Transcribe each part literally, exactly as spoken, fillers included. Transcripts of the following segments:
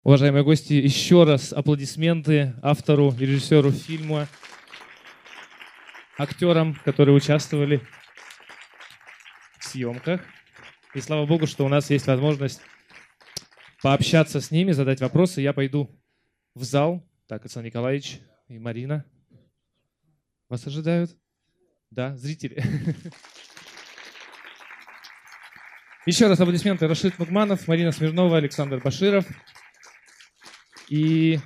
Уважаемые гости, еще раз аплодисменты автору и режиссеру фильма, актерам, которые участвовали в съемках. И слава богу, что у нас есть возможность пообщаться с ними, задать вопросы. Я пойду в зал. Так, Александр Николаевич и Марина. Вас ожидают? Да, зрители. Еще раз аплодисменты. Рашид Нугманов, Марина Смирнова, Александр Баширов. И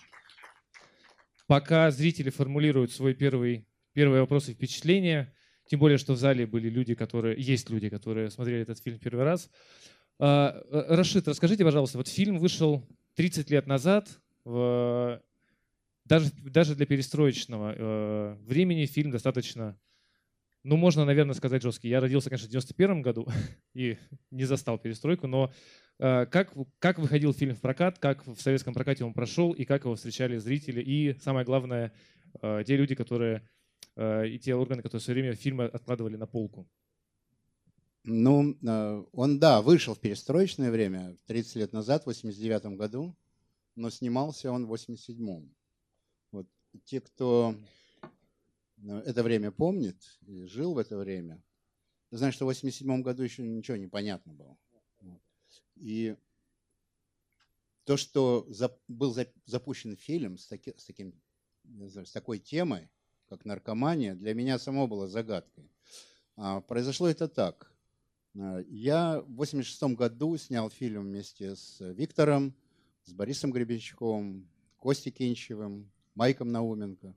пока зрители формулируют свой первый, первые вопросы и впечатления, тем более, что в зале были люди, которые, есть люди, которые смотрели этот фильм первый раз. Рашид, расскажите, пожалуйста, вот фильм вышел тридцать лет назад, в, даже, даже для перестроечного времени фильм достаточно, ну, можно, наверное, сказать жесткий. Я родился, конечно, в девяносто первом году и не застал перестройку, но как, как выходил фильм в прокат, как в советском прокате он прошел, и как его встречали зрители, и, самое главное, те люди, которые, и те органы, которые все время фильмы откладывали на полку. Ну, он, да, вышел в перестроечное время, тридцать лет назад, в восемьдесят девятом году, но снимался он в восемьдесят седьмом. Вот. Те, кто это время помнит и жил в это время, знают, что в восемьдесят седьмом году еще ничего не понятно было. И то, что был запущен фильм с, таки, с, таким, знаю, с такой темой, как наркомания, для меня само было загадкой. А произошло это так. Я в восемьдесят шестом году снял фильм вместе с Виктором, с Борисом Гребенщиковым, Костей Кинчевым, Майком Науменко.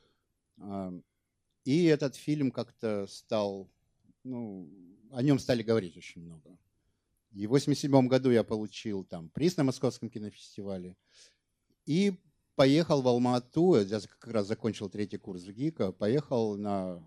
И этот фильм как-то стал, ну, о нем стали говорить очень много. И в восемьдесят седьмом году я получил там приз на Московском кинофестивале и поехал в Алма-Ату, я как раз закончил третий курс в ГИКа, поехал на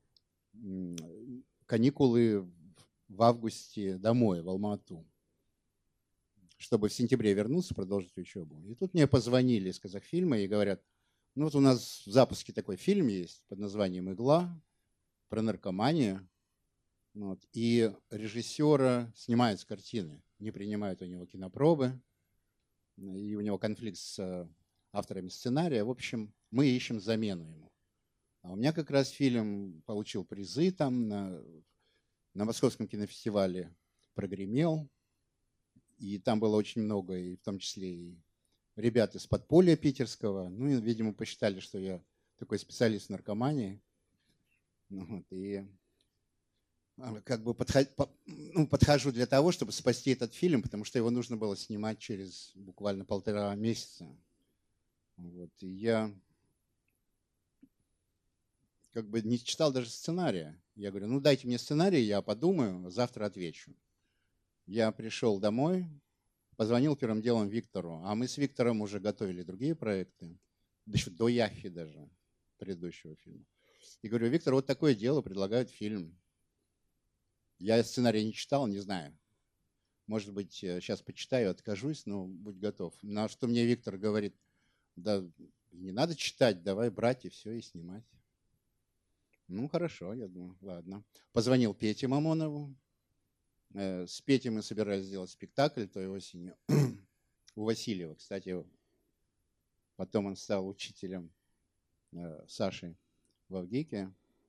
каникулы в августе домой, в Алма-Ату, чтобы в сентябре вернуться, продолжить учебу. И тут мне позвонили из Казахфильма и говорят, ну вот у нас в запуске такой фильм есть под названием «Игла» про наркоманию. Вот, и режиссера снимают с картины, не принимают у него кинопробы, и у него конфликт с авторами сценария. В общем, мы ищем замену ему. А у меня как раз фильм получил призы там на, на Московском кинофестивале, прогремел. И там было очень много, и в том числе и ребят из подполья питерского. Ну, и, видимо, посчитали, что я такой специалист в наркомании. Вот, и как бы подход, ну, подхожу для того, чтобы спасти этот фильм, потому что его нужно было снимать через буквально полтора месяца. Вот, и я как бы не читал даже сценария. Я говорю, ну дайте мне сценарий, я подумаю, завтра отвечу. Я пришел домой, позвонил первым делом Виктору, а мы с Виктором уже готовили другие проекты, еще до Яхи даже, предыдущего фильма. И говорю, Виктор, вот такое дело, предлагают фильм. Я сценарий не читал, не знаю. Может быть, сейчас почитаю, откажусь, но будь готов. На что мне Виктор говорит, да не надо читать, давай брать и все, и снимать. Ну, хорошо, я думаю, ладно. Позвонил Пете Мамонову. С Петей мы собирались сделать спектакль той осенью у Васильева. Кстати, потом он стал учителем Саши в Авгике.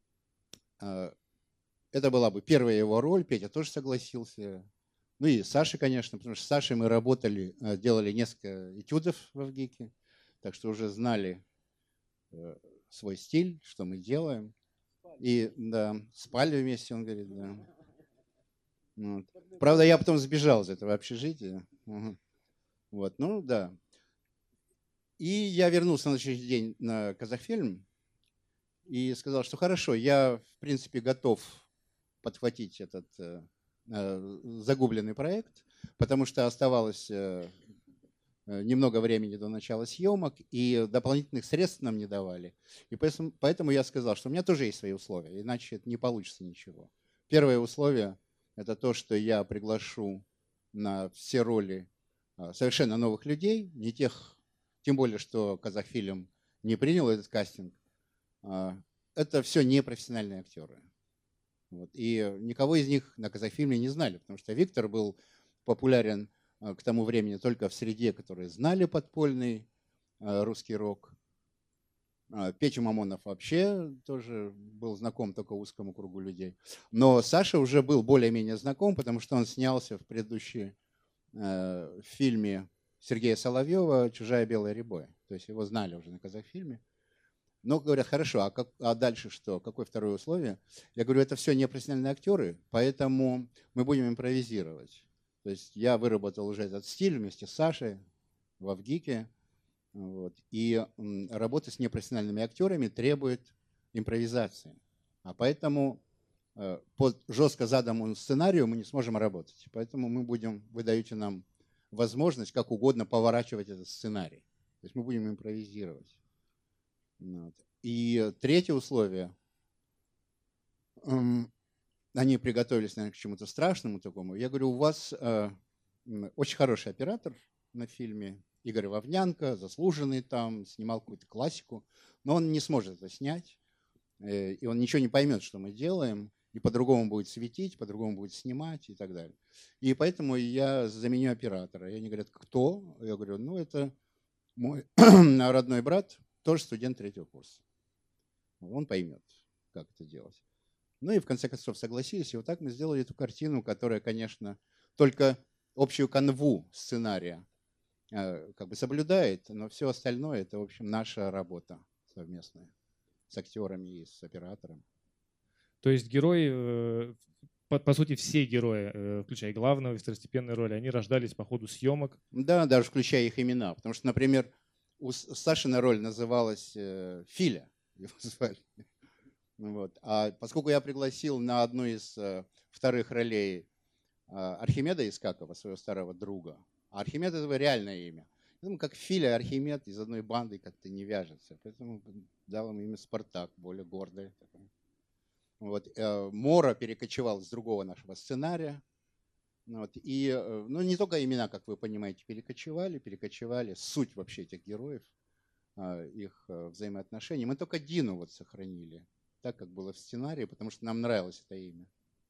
Это была бы первая его роль. Петя тоже согласился. Ну и Саша, конечно, потому что с Сашей мы работали, делали несколько этюдов в Авгике. Так что уже знали свой стиль, что мы делаем. И да, спали вместе, он говорит, да. Вот. Правда, я потом сбежал из этого общежития. Угу. Вот, ну да. И я вернулся на следующий день на Казахфильм и сказал, что хорошо, я в принципе готов подхватить этот э, загубленный проект, потому что оставалось э, немного времени до начала съемок, и дополнительных средств нам не давали. И поэтому, поэтому я сказал, что у меня тоже есть свои условия, иначе это не получится ничего. Первое условие – это то, что я приглашу на все роли совершенно новых людей, не тех, тем более, что Казахфильм не принял этот кастинг. Это все непрофессиональные актеры. Вот. И никого из них на Казахфильме не знали, потому что Виктор был популярен к тому времени только в среде, которые знали подпольный русский рок. Петя Мамонов вообще тоже был знаком только узкому кругу людей. Но Саша уже был более-менее знаком, потому что он снялся в предыдущем э, фильме Сергея Соловьева «Чужая белая рябой». То есть его знали уже на Казахфильме. Но говорят, хорошо, а, как, а дальше что? Какое второе условие? Я говорю, это все непрофессиональные актеры, поэтому мы будем импровизировать. То есть я выработал уже этот стиль вместе с Сашей в Авгике. Вот. И работа с непрофессиональными актерами требует импровизации. А поэтому по жестко заданному сценарию мы не сможем работать. Поэтому мы будем, вы даете нам возможность как угодно поворачивать этот сценарий. То есть мы будем импровизировать. Вот. И третье условие. Они приготовились, наверное, к чему-то страшному такому. Я говорю, у вас очень хороший оператор на фильме. Игорь Вовнянко, заслуженный там, снимал какую-то классику, но он не сможет это снять, и он ничего не поймет, что мы делаем, и по-другому будет светить, по-другому будет снимать и так далее. И поэтому я заменю оператора. И они говорят, кто? Я говорю, ну это мой родной брат, тоже студент третьего курса. Он поймет, как это делать. Ну и в конце концов согласились, и вот так мы сделали эту картину, которая, конечно, только общую канву сценария как бы соблюдает, но все остальное это, в общем, наша работа совместная с актерами и с оператором. То есть герои, по, по сути, все герои, включая главного и второстепенной роли, они рождались по ходу съемок? Да, даже включая их имена. Потому что, например, у Сашина роль называлась Филя. Его звали. Вот. А поскольку я пригласил на одну из вторых ролей Архимеда Искакова, своего старого друга, а Архимед — это его реальное имя. Поэтому как Филя и Архимед из одной банды как-то не вяжется. Поэтому дал ему имя Спартак, более гордое. Вот. Мора перекочевал с другого нашего сценария. Вот. И ну, не только имена, как вы понимаете, перекочевали, перекочевали суть вообще этих героев, их взаимоотношений. Мы только Дину вот сохранили, так как было в сценарии, потому что нам нравилось это имя.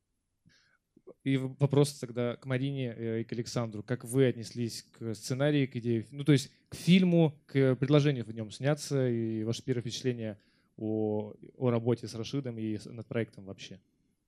И вопрос тогда к Марине и к Александру. Как вы отнеслись к сценарию, к идее, ну то есть к фильму, к предложению в нем сняться и ваше первое впечатление о, о работе с Рашидом и над проектом вообще?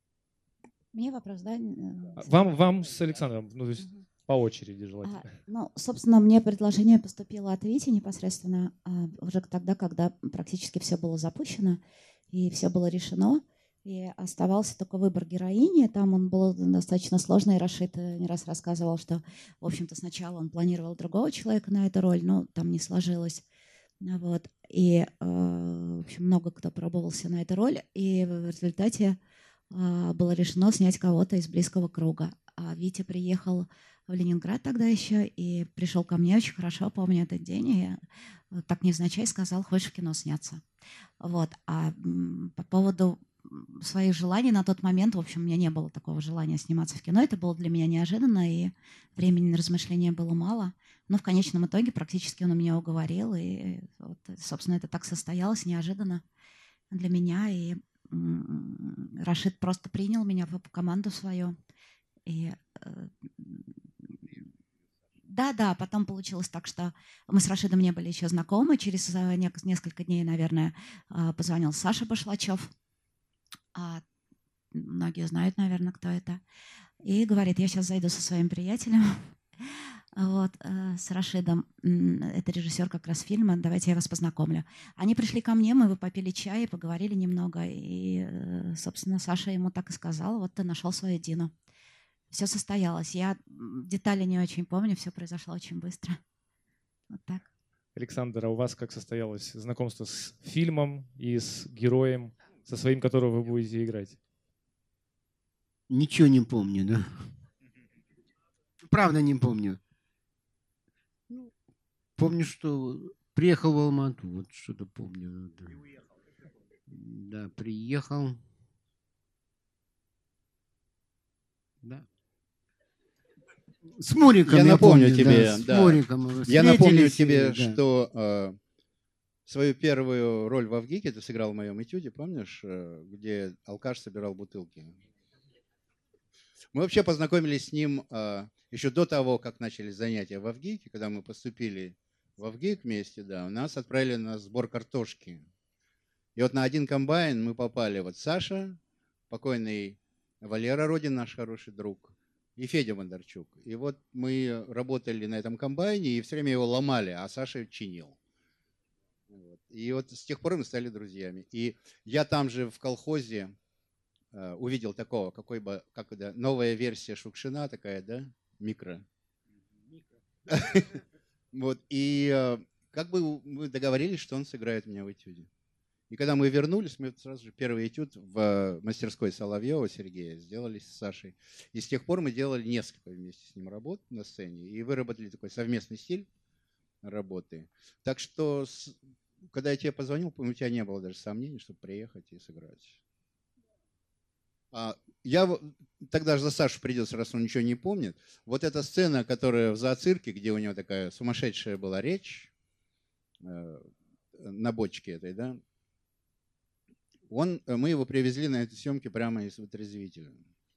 Мне вопрос, да? Вам, вам с Александром, ну то есть угу. по очереди желательно. А, ну, собственно, мне предложение поступило от Вити непосредственно а, уже тогда, когда практически все было запущено и все было решено. И оставался только выбор героини. Там он был достаточно сложный. Рашид не раз рассказывал, что, в общем-то, сначала он планировал другого человека на эту роль, но там не сложилось. Вот. И, в общем, много кто пробовался на эту роль. И в результате было решено снять кого-то из близкого круга. А Витя приехал в Ленинград тогда еще и пришел ко мне, очень хорошо помню этот день, и так невзначай сказал, хочешь в кино сняться. Вот. А по поводу своих желаний на тот момент, в общем, у меня не было такого желания сниматься в кино. Это было для меня неожиданно, и времени на размышления было мало. Но в конечном итоге практически он меня уговорил, и, вот, собственно, это так состоялось неожиданно для меня. И Рашид просто принял меня в команду свою. И да-да, потом получилось так, что мы с Рашидом не были еще знакомы. Через несколько дней, наверное, позвонил Саша Башлачев. А многие знают, наверное, кто это. И говорит, я сейчас зайду со своим приятелем, вот, с Рашидом. Это режиссер как раз фильма, давайте я вас познакомлю. Они пришли ко мне, мы попили чай, поговорили немного. И, собственно, Саша ему так и сказал, вот ты нашел свою Дину. Все состоялось. Я детали не очень помню, все произошло очень быстро. Вот так. Александр, а у вас как состоялось знакомство с фильмом и с героем, со своим, которого вы будете играть? Ничего не помню, да. Правда не помню. Помню, что приехал в Алмату, вот что-то помню. Да, да приехал. Да. С Муриком, я, я напомню помню, тебе, да, с да. Муриком Я напомню тебе, да. что э, свою первую роль в Авгике ты сыграл в моем этюде, помнишь, э, где алкаш собирал бутылки? Мы вообще познакомились с ним э, еще до того, как начались занятия в Авгике, когда мы поступили в Авгик вместе, да, нас отправили на сбор картошки. И вот на один комбайн мы попали вот Саша, покойный Валера Родин, наш хороший друг, и Федя Бондарчук. И вот мы работали на этом комбайне и все время его ломали, а Саша чинил. Вот. И вот с тех пор мы стали друзьями. И я там же в колхозе э, увидел такого, какой бы, как это, новая версия Шукшина такая, да, микро. Вот. И э, как бы мы договорились, что он сыграет меня в этюде. И когда мы вернулись, мы сразу же первый этюд в мастерской Соловьева Сергея сделали с Сашей. И с тех пор мы делали несколько вместе с ним работ на сцене и выработали такой совместный стиль работы. Так что, когда я тебе позвонил, у тебя не было даже сомнений, чтобы приехать и сыграть. А я тогда же за Сашу придется, раз он ничего не помнит. Вот эта сцена, которая в зооцирке, где у него такая сумасшедшая была речь э, на бочке этой, да, Он, мы его привезли на этой съемке прямо из вытрезвителя.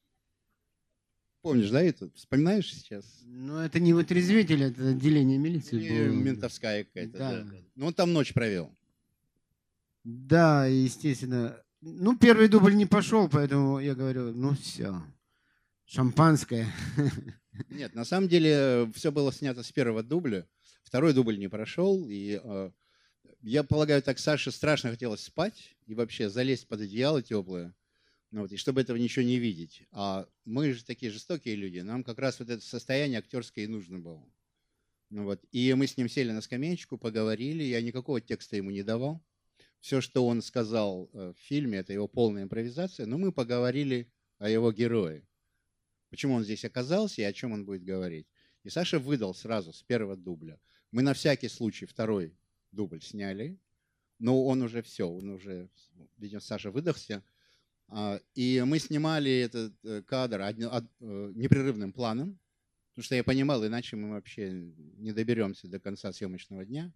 Помнишь, да, это? Вспоминаешь сейчас? Ну, это не вытрезвитель, это отделение милиции Или было. ментовская какая-то, Да. да. Ну, он там ночь провел. Да, естественно. Ну, первый дубль не пошел, поэтому я говорю, ну все, шампанское. Нет, на самом деле все было снято с первого дубля. Второй дубль не прошел, и э, я полагаю, так Саше страшно хотелось спать и вообще залезть под одеяло теплое, ну, вот, и чтобы этого ничего не видеть. А мы же такие жестокие люди, нам как раз вот это состояние актерское и нужно было. Ну, вот. И мы с ним сели на скамеечку, поговорили, я никакого текста ему не давал. Все, что он сказал в фильме, это его полная импровизация, но мы поговорили о его герое. Почему он здесь оказался и о чем он будет говорить. И Саша выдал сразу с первого дубля. Мы на всякий случай второй дубль сняли, но он уже все, он уже, видимо, Саша выдохся. И мы снимали этот кадр непрерывным планом, потому что я понимал, иначе мы вообще не доберемся до конца съемочного дня.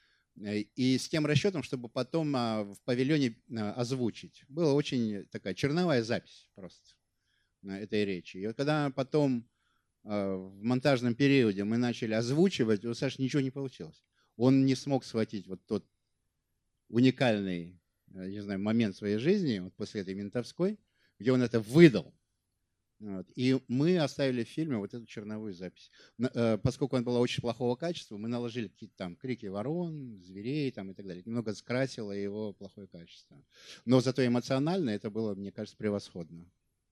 И с тем расчетом, чтобы потом в павильоне озвучить. Была очень такая черновая запись просто этой речи. И вот когда потом в монтажном периоде мы начали озвучивать, у Саши ничего не получилось. Он не смог схватить вот тот уникальный, не знаю, момент своей жизни, вот после этой ментовской, где он это выдал. Вот. И мы оставили в фильме вот эту черновую запись. Поскольку она была очень плохого качества, мы наложили какие-то там крики ворон, зверей там и так далее. Немного скрасило его плохое качество. Но зато эмоционально это было, мне кажется, превосходно.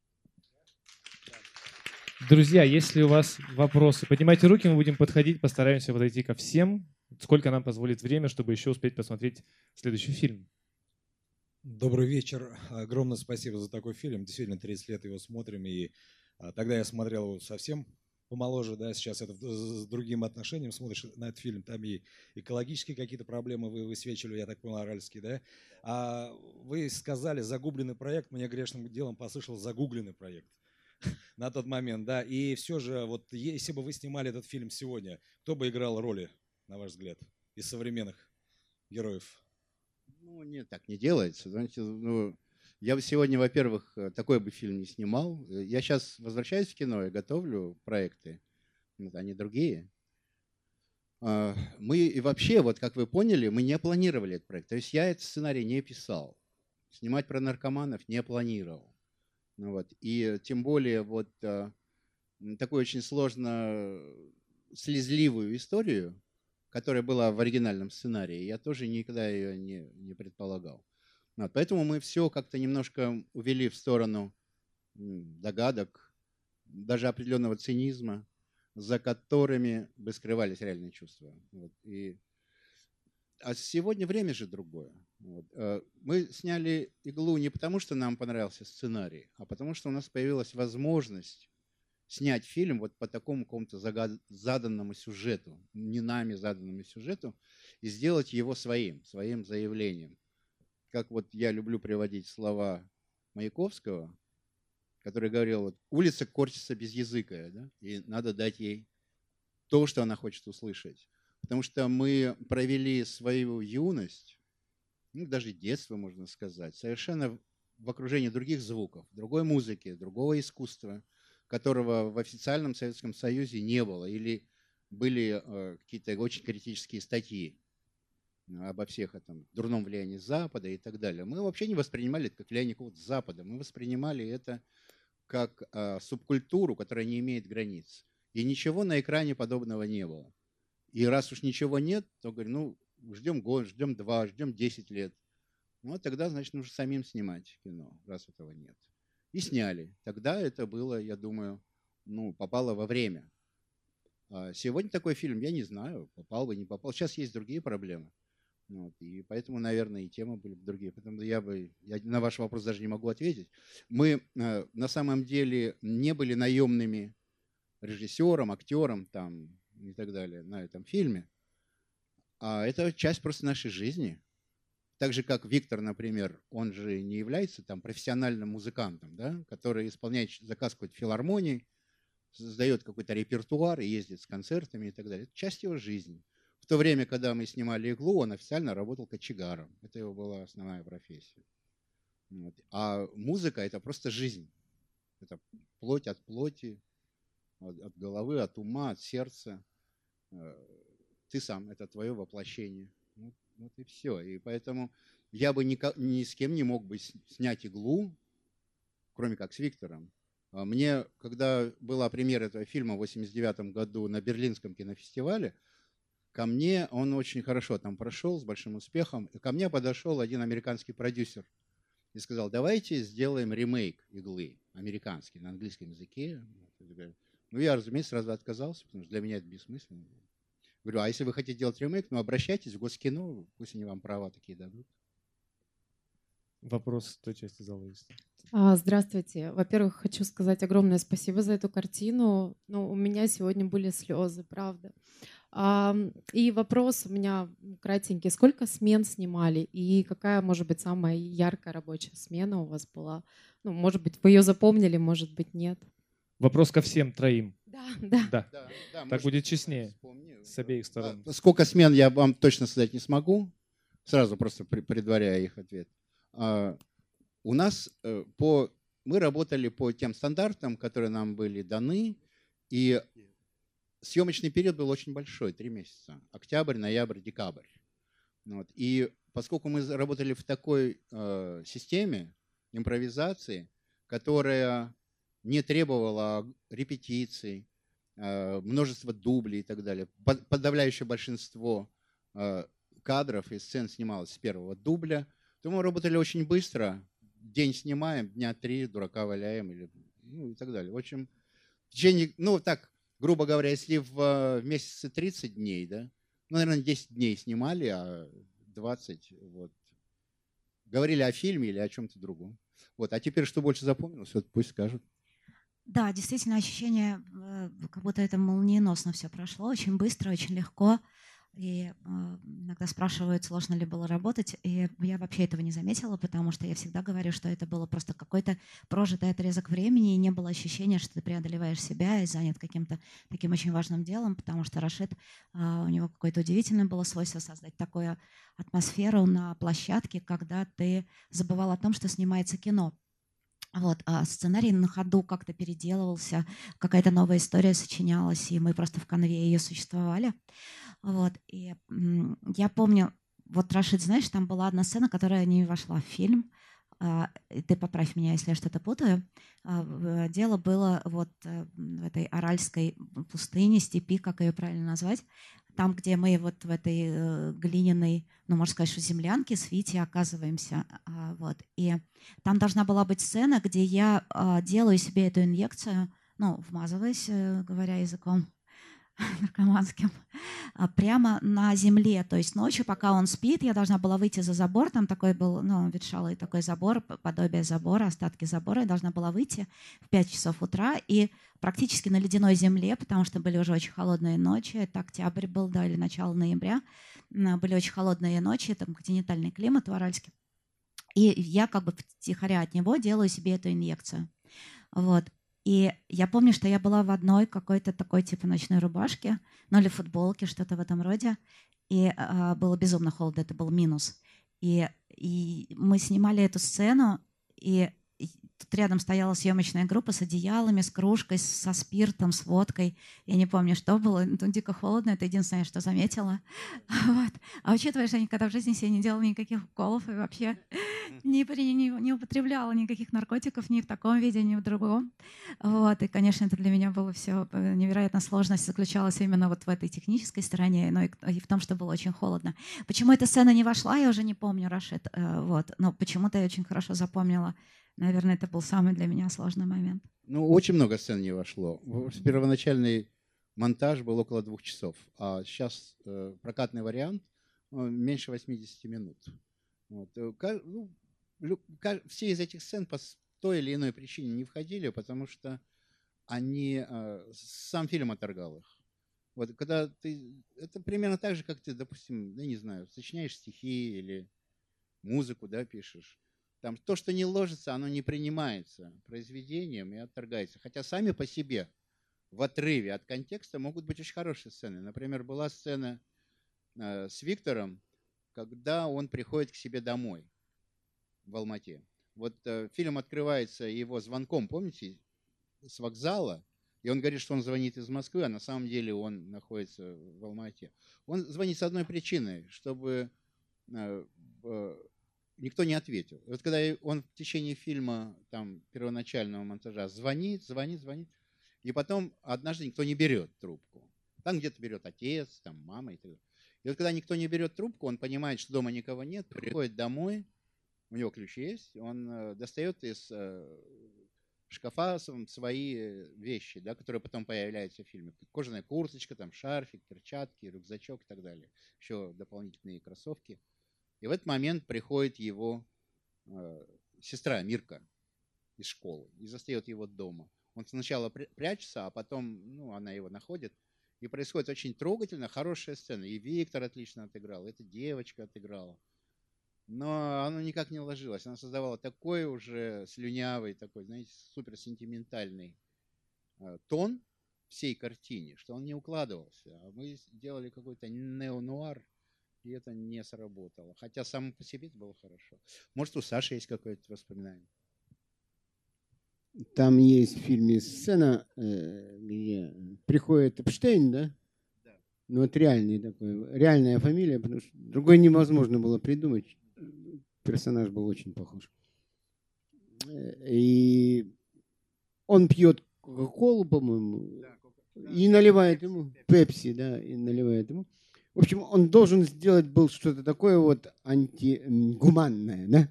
Друзья, если у вас вопросы, поднимайте руки, мы будем подходить, постараемся подойти ко всем, сколько нам позволит время, чтобы еще успеть посмотреть следующий фильм. Добрый вечер. Огромное спасибо за такой фильм. Действительно, тридцать лет его смотрим. И а, тогда я смотрел его совсем помоложе, да, сейчас это с другим отношением смотришь на этот фильм. Там и экологические какие-то проблемы вы высвечивали, я так понял, аральские, да. А вы сказали «загубленный проект», мне грешным делом послышал «загугленный проект» на тот момент, да. И все же, вот если бы вы снимали этот фильм сегодня, кто бы играл роли, на ваш взгляд, из современных героев? Ну, нет, так не делается. Знаете, ну, я бы сегодня, во-первых, такой бы фильм не снимал. Я сейчас возвращаюсь в кино и готовлю проекты. Вот, они другие. Мы и вообще, вот как вы поняли, мы не планировали этот проект. То есть я этот сценарий не писал. Снимать про наркоманов не планировал. Ну, вот. И тем более вот такую очень сложно слезливую историю, которая была в оригинальном сценарии, я тоже никогда ее не, не предполагал. Вот, поэтому мы все как-то немножко увели в сторону догадок, даже определенного цинизма, за которыми бы скрывались реальные чувства. Вот, и... А сегодня время же другое. Вот. Мы сняли «Иглу» не потому, что нам понравился сценарий, а потому что у нас появилась возможность снять фильм вот по такому какому-то заданному сюжету, не нами заданному сюжету, и сделать его своим, своим заявлением. Как вот я люблю приводить слова Маяковского, который говорил, вот, улица корчится безязыкая, да, и надо дать ей то, что она хочет услышать. Потому что мы провели свою юность, ну, даже детство, можно сказать, совершенно в окружении других звуков, другой музыки, другого искусства, которого в официальном Советском Союзе не было, или были э, какие-то очень критические статьи обо всех этом дурном влиянии Запада и так далее. Мы вообще не воспринимали это как влияние какого-то Запада, мы воспринимали это как э, субкультуру, которая не имеет границ. И ничего на экране подобного не было. И раз уж ничего нет, то говорю, ну, ждем год, ждем два, ждем десять лет. Ну, а тогда, значит, нужно самим снимать кино, раз этого нет. И сняли. Тогда это было, я думаю, ну, попало во время. А сегодня такой фильм, я не знаю, попал бы, не попал. Сейчас есть другие проблемы. Вот, и поэтому, наверное, и темы были бы другие. Поэтому я бы я на ваш вопрос даже не могу ответить. Мы э, на самом деле не были наемными режиссером, актером там, и так далее на этом фильме. А это часть просто нашей жизни. Так же, как Виктор, например, он же не является там профессиональным музыкантом, да, который исполняет заказ какой-то филармонии, создает какой-то репертуар и ездит с концертами и так далее. Это часть его жизни. В то время, когда мы снимали «Иглу», он официально работал кочегаром. Это его была основная профессия. Вот. А музыка – это просто жизнь. Это плоть от плоти, от, от головы, от ума, от сердца. Ты сам – это твое воплощение. Вот, вот и все. И поэтому я бы ни, ни с кем не мог бы снять «Иглу», кроме как с Виктором. Мне, когда была премьера этого фильма в восемьдесят девятом году на Берлинском кинофестивале, ко мне он очень хорошо там прошел, с большим успехом. И ко мне подошел один американский продюсер и сказал, давайте сделаем ремейк «Иглы», американский, на английском языке. Ну, я, разумеется, сразу отказался, потому что для меня это бессмысленно. Говорю, а если вы хотите делать ремейк, ну, обращайтесь в Госкино, пусть они вам права такие дадут. Вопрос в той части зала есть. Здравствуйте. Во-первых, хочу сказать огромное спасибо за эту картину. Ну, у меня сегодня были слезы, правда. И вопрос у меня кратенький. Сколько смен снимали? И какая, может быть, самая яркая рабочая смена у вас была? Ну, может быть, вы ее запомнили, может быть, нет. Вопрос ко всем троим. Да, да. да. да, да так будет честнее с обеих сторон. Сколько смен, я вам точно сказать не смогу. Сразу просто предваряя их ответ. У нас по... Мы работали по тем стандартам, которые нам были даны, и съемочный период был очень большой, три месяца. Октябрь, ноябрь, декабрь. Вот. И поскольку мы работали в такой э, системе импровизации, которая не требовала репетиций, э, множества дублей и так далее, подавляющее большинство э, кадров и сцен снималось с первого дубля, то мы работали очень быстро. День снимаем, дня три дурака валяем или, ну, и так далее. В общем, в течение, ну так, грубо говоря, если в, в месяце тридцать дней, да, ну, наверное, десять дней снимали, а двадцать вот, говорили о фильме или о чем-то другом. Вот. А теперь, что больше запомнилось, вот пусть скажут. Да, действительно, ощущение, как будто это молниеносно все прошло, очень быстро, очень легко. И э, иногда спрашивают, сложно ли было работать, и я вообще этого не заметила, потому что я всегда говорю, что это было просто какой-то прожитый отрезок времени, и не было ощущения, что ты преодолеваешь себя и занят каким-то таким очень важным делом, потому что Рашид, э, у него какое-то удивительное было свойство создать такую атмосферу на площадке, когда ты забывал о том, что снимается кино. Вот, а сценарий на ходу как-то переделывался, какая-то новая история сочинялась, и мы просто в канве ее существовали. Вот, и м, я помню, вот, Рашид, знаешь, там была одна сцена, которая не вошла в фильм. А, ты поправь меня, если я что-то путаю. А, дело было вот в этой Аральской пустыне, степи, как ее правильно назвать, там, где мы вот в этой э, глиняной, ну, можно сказать, что землянке с Витей оказываемся. А, вот. И там должна была быть сцена, где я а, делаю себе эту инъекцию, ну, вмазываясь, э, говоря языком наркоманским, а, прямо на земле. То есть ночью, пока он спит, я должна была выйти за забор. Там такой был, ну, ветшалый такой забор, подобие забора, остатки забора. Я должна была выйти в пять часов утра и практически на ледяной земле, потому что были уже очень холодные ночи. Это октябрь был, да, или начало ноября. Были очень холодные ночи, там континентальный климат в Аральске. И я как бы втихаря от него делаю себе эту инъекцию. Вот. И я помню, что я была в одной какой-то такой типа ночной рубашке, ну или футболке, что-то в этом роде. И а, было безумно холодно, это был минус. И, и мы снимали эту сцену, и, и тут рядом стояла съемочная группа с одеялами, с кружкой, со спиртом, с водкой. Я не помню, что было. Тут дико холодно, это единственное, что заметила. Вот. А учитывая, что я никогда в жизни себе не делала никаких уколов и вообще не, не, не употребляла никаких наркотиков ни в таком виде, ни в другом. Вот. И, конечно, это для меня было все невероятно. Сложность заключалась именно вот в этой технической стороне, но и, и в том, что было очень холодно. Почему эта сцена не вошла, я уже не помню, Рашид. Вот. Но почему-то я очень хорошо запомнила. Наверное, это был самый для меня сложный момент. Ну, очень много сцен не вошло. Первоначальный монтаж был около двух часов, а сейчас э, прокатный вариант э, меньше восьмидесяти минут. Вот. Ну, все из этих сцен по той или иной причине не входили, потому что они, э, сам фильм отторгал их. Вот, когда ты, это примерно так же, как ты, допустим, я не знаю, сочиняешь стихи или музыку, да, пишешь. Там то, что не ложится, оно не принимается произведением и отторгается. Хотя сами по себе в отрыве от контекста могут быть очень хорошие сцены. Например, была сцена э, с Виктором, когда он приходит к себе домой в Алмате. Вот э, фильм открывается его звонком, помните, с вокзала. И он говорит, что он звонит из Москвы, а на самом деле он находится в Алмате. Он звонит с одной причиной, чтобы э, э, никто не ответил. И вот когда он в течение фильма, там, первоначального монтажа звонит, звонит, звонит, и потом однажды никто не берет трубку. Там где-то берет отец, там, мама и так далее. И вот когда никто не берет трубку, он понимает, что дома никого нет, приходит домой, у него ключи есть, он э, достает из э, шкафа свои вещи, да, которые потом появляются в фильме. Кожаная курточка, там, шарфик, перчатки, рюкзачок и так далее. Еще дополнительные кроссовки. И в этот момент приходит его э, сестра Мирка из школы и застает его дома. Он сначала прячется, а потом ну, она его находит. И происходит очень трогательно, хорошая сцена. И Виктор отлично отыграл, эта девочка отыграла. Но оно никак не ложилось. Она создавала такой уже слюнявый, такой, знаете, суперсентиментальный э, тон всей картине, что он не укладывался. А мы сделали какой-то неонуар, и это не сработало. Хотя само по себе это было хорошо. Может, у Саши есть какое-то воспоминание? Там есть в фильме сцена, где приходит Эпштейн, да? Да. Ну, вот реальный такой, реальная фамилия, потому что другой невозможно было придумать. Персонаж был очень похож. И он пьет кока-колу, по-моему, да, и наливает ему пепси, да, и наливает ему. В общем, он должен сделать был что-то такое вот антигуманное, да?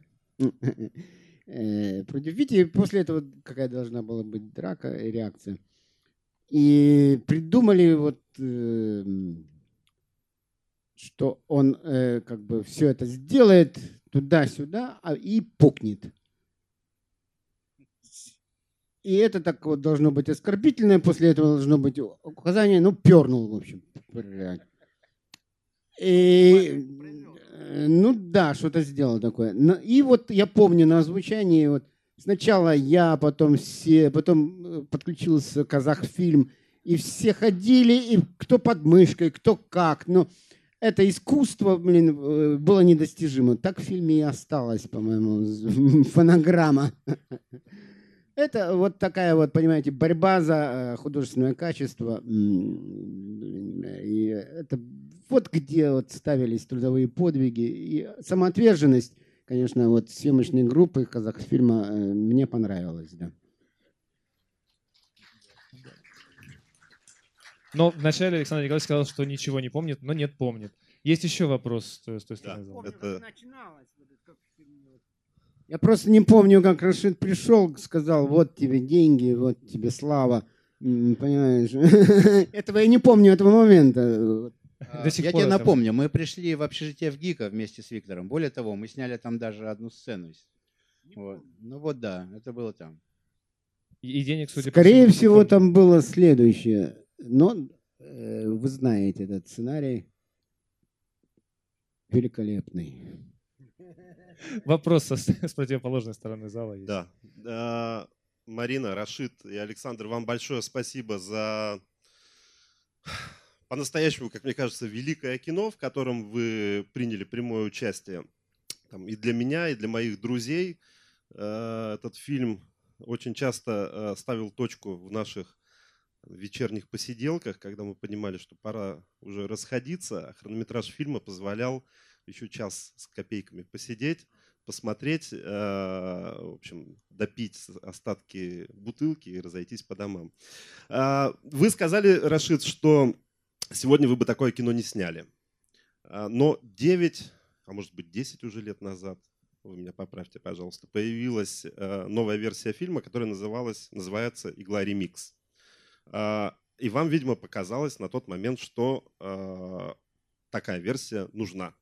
Против Вити. После этого какая должна была быть драка и реакция. И придумали вот, э, что он э, как бы все это сделает туда-сюда а, и пукнет. И это так вот должно быть оскорбительное, после этого должно быть указание, ну, пернул, в общем. И, ну да, что-то сделал такое. И вот я помню на озвучании, вот сначала я, потом все, потом подключился Казахфильм, и все ходили, и кто под мышкой, кто как. Но это искусство, блин, было недостижимо. Так в фильме и осталось, по-моему, фонограмма. Это вот такая вот, понимаете, борьба за художественное качество. И это вот где вот ставились трудовые подвиги. И самоотверженность, конечно, вот съемочной группы Казахфильма мне понравилась, да. Но вначале Александр Николаевич сказал, что ничего не помнит, но нет, помнит. Есть еще вопрос с той стороны зала? Это... Я просто не помню, как Рашид пришел, сказал, вот тебе деньги, вот тебе слава. Понимаешь? Этого я не помню, этого момента. Я тебе напомню, мы пришли в общежитие в ГИКа вместе с Виктором. Более того, мы сняли там даже одну сцену. Вот. Ну вот да, это было там. И денег, судя Скорее по всего, там было следующее. Но э, вы знаете этот сценарий. Великолепный. Вопрос со, с противоположной стороны зала есть. Да. А, Марина, Рашид и Александр, вам большое спасибо за по-настоящему, как мне кажется, великое кино, в котором вы приняли прямое участие. Там, и для меня, и для моих друзей. Этот фильм очень часто ставил точку в наших вечерних посиделках, когда мы понимали, что пора уже расходиться, а хронометраж фильма позволял еще час с копейками посидеть, посмотреть, в общем, допить остатки бутылки и разойтись по домам. Вы сказали, Рашид, что сегодня вы бы такое кино не сняли. Но девять, а может быть десять уже лет назад, вы меня поправьте, пожалуйста, появилась новая версия фильма, которая называлась, называется «Игла ремикс». И вам, видимо, показалось на тот момент, что такая версия нужна.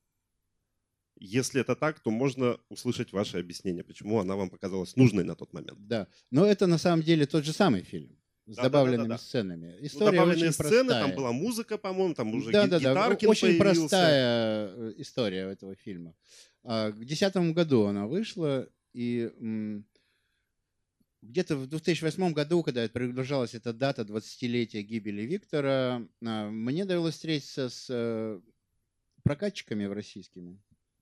Если это так, то можно услышать ваше объяснение, почему она вам показалась нужной на тот момент. Да, но это на самом деле тот же самый фильм с да, добавленными да, да, да. сценами. История ну, добавленные сцены, простая. Там была музыка, по-моему, там уже да, Гитаркин да, да. Очень появился. простая история этого фильма. В две тысячи десятом году она вышла, и где-то в две тысячи восьмом году, когда приближалась эта дата двадцатилетия гибели Виктора, мне довелось встретиться с прокатчиками российскими.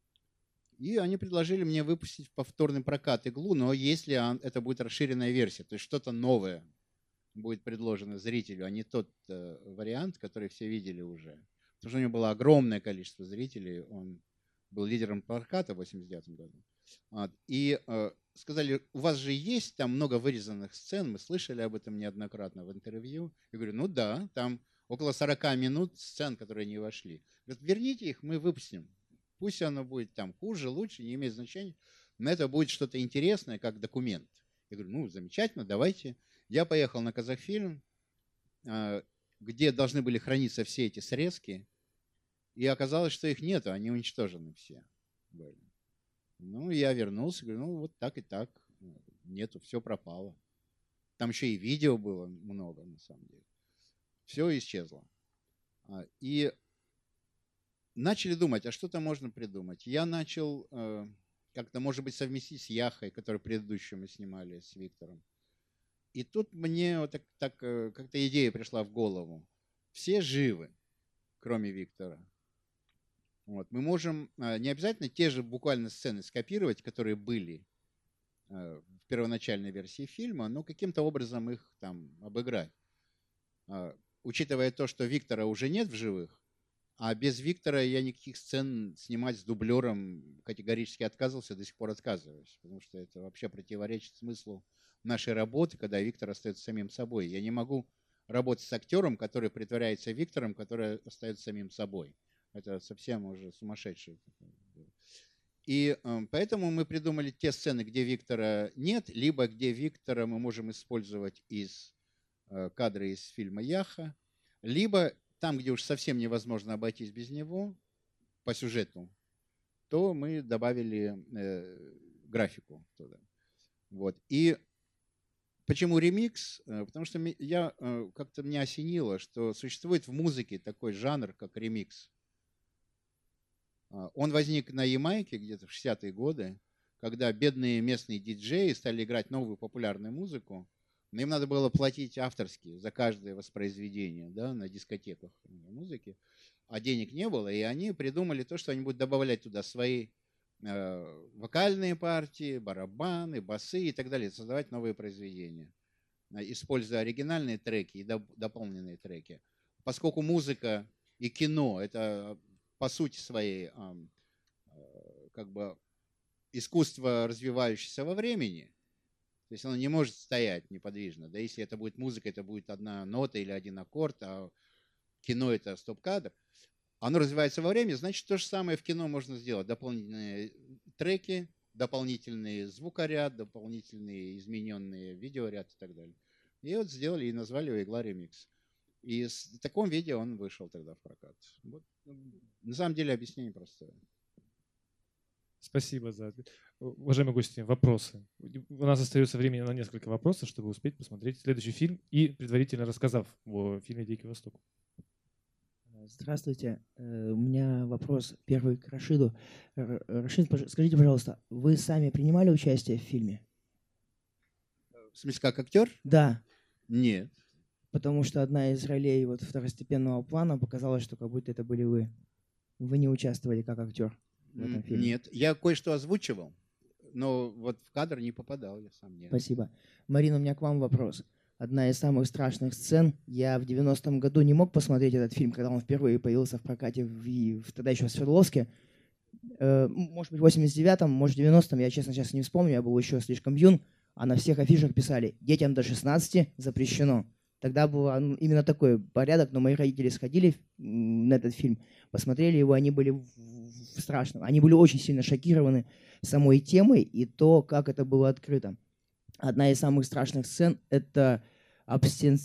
И они предложили мне выпустить повторный прокат «Иглу», но если это будет расширенная версия, то есть что-то новое будет предложено зрителю, а не тот вариант, который все видели уже. Потому что у него было огромное количество зрителей, он был лидером проката в восемьдесят девятом году. И сказали, у вас же есть там много вырезанных сцен, мы слышали об этом неоднократно в интервью. Я говорю, ну да, там около сорока минут сцен, которые не вошли. Говорят, верните их, мы выпустим. Пусть оно будет там хуже, лучше, не имеет значения, но это будет что-то интересное, как документ. Я говорю, ну замечательно, давайте. Я поехал на Казахфильм, где должны были храниться все эти срезки, и оказалось, что их нет, они уничтожены все были. Ну, я вернулся, говорю, ну, вот так и так. Нету, все пропало. Там еще и видео было много, на самом деле. Все исчезло. И начали думать, а что-то можно придумать. Я начал э, как-то, может быть, совместить с Яхой, которую предыдущую мы снимали с Виктором. И тут мне вот так, так как-то идея пришла в голову. Все живы, кроме Виктора. Вот. Мы можем не обязательно те же буквально сцены скопировать, которые были в первоначальной версии фильма, но каким-то образом их там обыграть. Учитывая то, что Виктора уже нет в живых, а без Виктора я никаких сцен снимать с дублером категорически отказывался, до сих пор отказываюсь, потому что это вообще противоречит смыслу нашей работы, когда Виктор остается самим собой. Я не могу работать с актером, который притворяется Виктором, который остается самим собой. Это совсем уже сумасшедший. И э, поэтому мы придумали те сцены, где Виктора нет, либо где Виктора мы можем использовать из э, кадра из фильма «Яха», либо там, где уж совсем невозможно обойтись без него по сюжету, то мы добавили э, графику туда. Вот. И почему ремикс? Потому что я э, как-то меня осенило, что существует в музыке такой жанр, как ремикс. Он возник на Ямайке где-то в шестидесятые годы, когда бедные местные диджеи стали играть новую популярную музыку, но им надо было платить авторски за каждое воспроизведение, да, на дискотеках музыки, а денег не было, и они придумали то, что они будут добавлять туда свои э, вокальные партии, барабаны, басы и так далее, создавать новые произведения, используя оригинальные треки и доп- дополненные треки. Поскольку музыка и кино – это по сути своей как бы искусство, развивающееся во времени, то есть оно не может стоять неподвижно. Да, если это будет музыка, это будет одна нота или один аккорд, а кино это стоп-кадр. Оно развивается во времени, значит, то же самое в кино можно сделать. Дополнительные треки, дополнительный звукоряд, дополнительные измененные видеоряд и так далее. И вот сделали и назвали его «Игла ремикс». И в таком виде он вышел тогда в прокат. Вот. На самом деле объяснение простое. Спасибо за ответ. Уважаемые гости, вопросы. У нас остается времени на несколько вопросов, чтобы успеть посмотреть следующий фильм и предварительно рассказав о фильме «Дикий Восток». Здравствуйте. У меня вопрос первый к Рашиду. Рашид, скажите, пожалуйста, вы сами принимали участие в фильме? В смысле, как актер? Да. Нет. Потому что одна из ролей вот второстепенного плана показалось, что как будто это были вы. Вы не участвовали как актер в этом фильме. Нет, я кое-что озвучивал. но вот в кадр не попадал я сам. Нет. Спасибо. Марина, у меня к вам вопрос. Одна из самых страшных сцен. Я в девяностом году не мог посмотреть этот фильм, когда он впервые появился в прокате в, в тогда еще в Свердловске. Э, может быть, в восемьдесят девятом, может, в девяностом, я, честно, сейчас не вспомню, я был еще слишком юн, а на всех афишах писали «Детям до шестнадцати запрещено». Тогда был именно такой порядок, но мои родители сходили на этот фильм, посмотрели его, они были в страшном. Они были очень сильно шокированы самой темой и то, как это было открыто. Одна из самых страшных сцен — это абстен...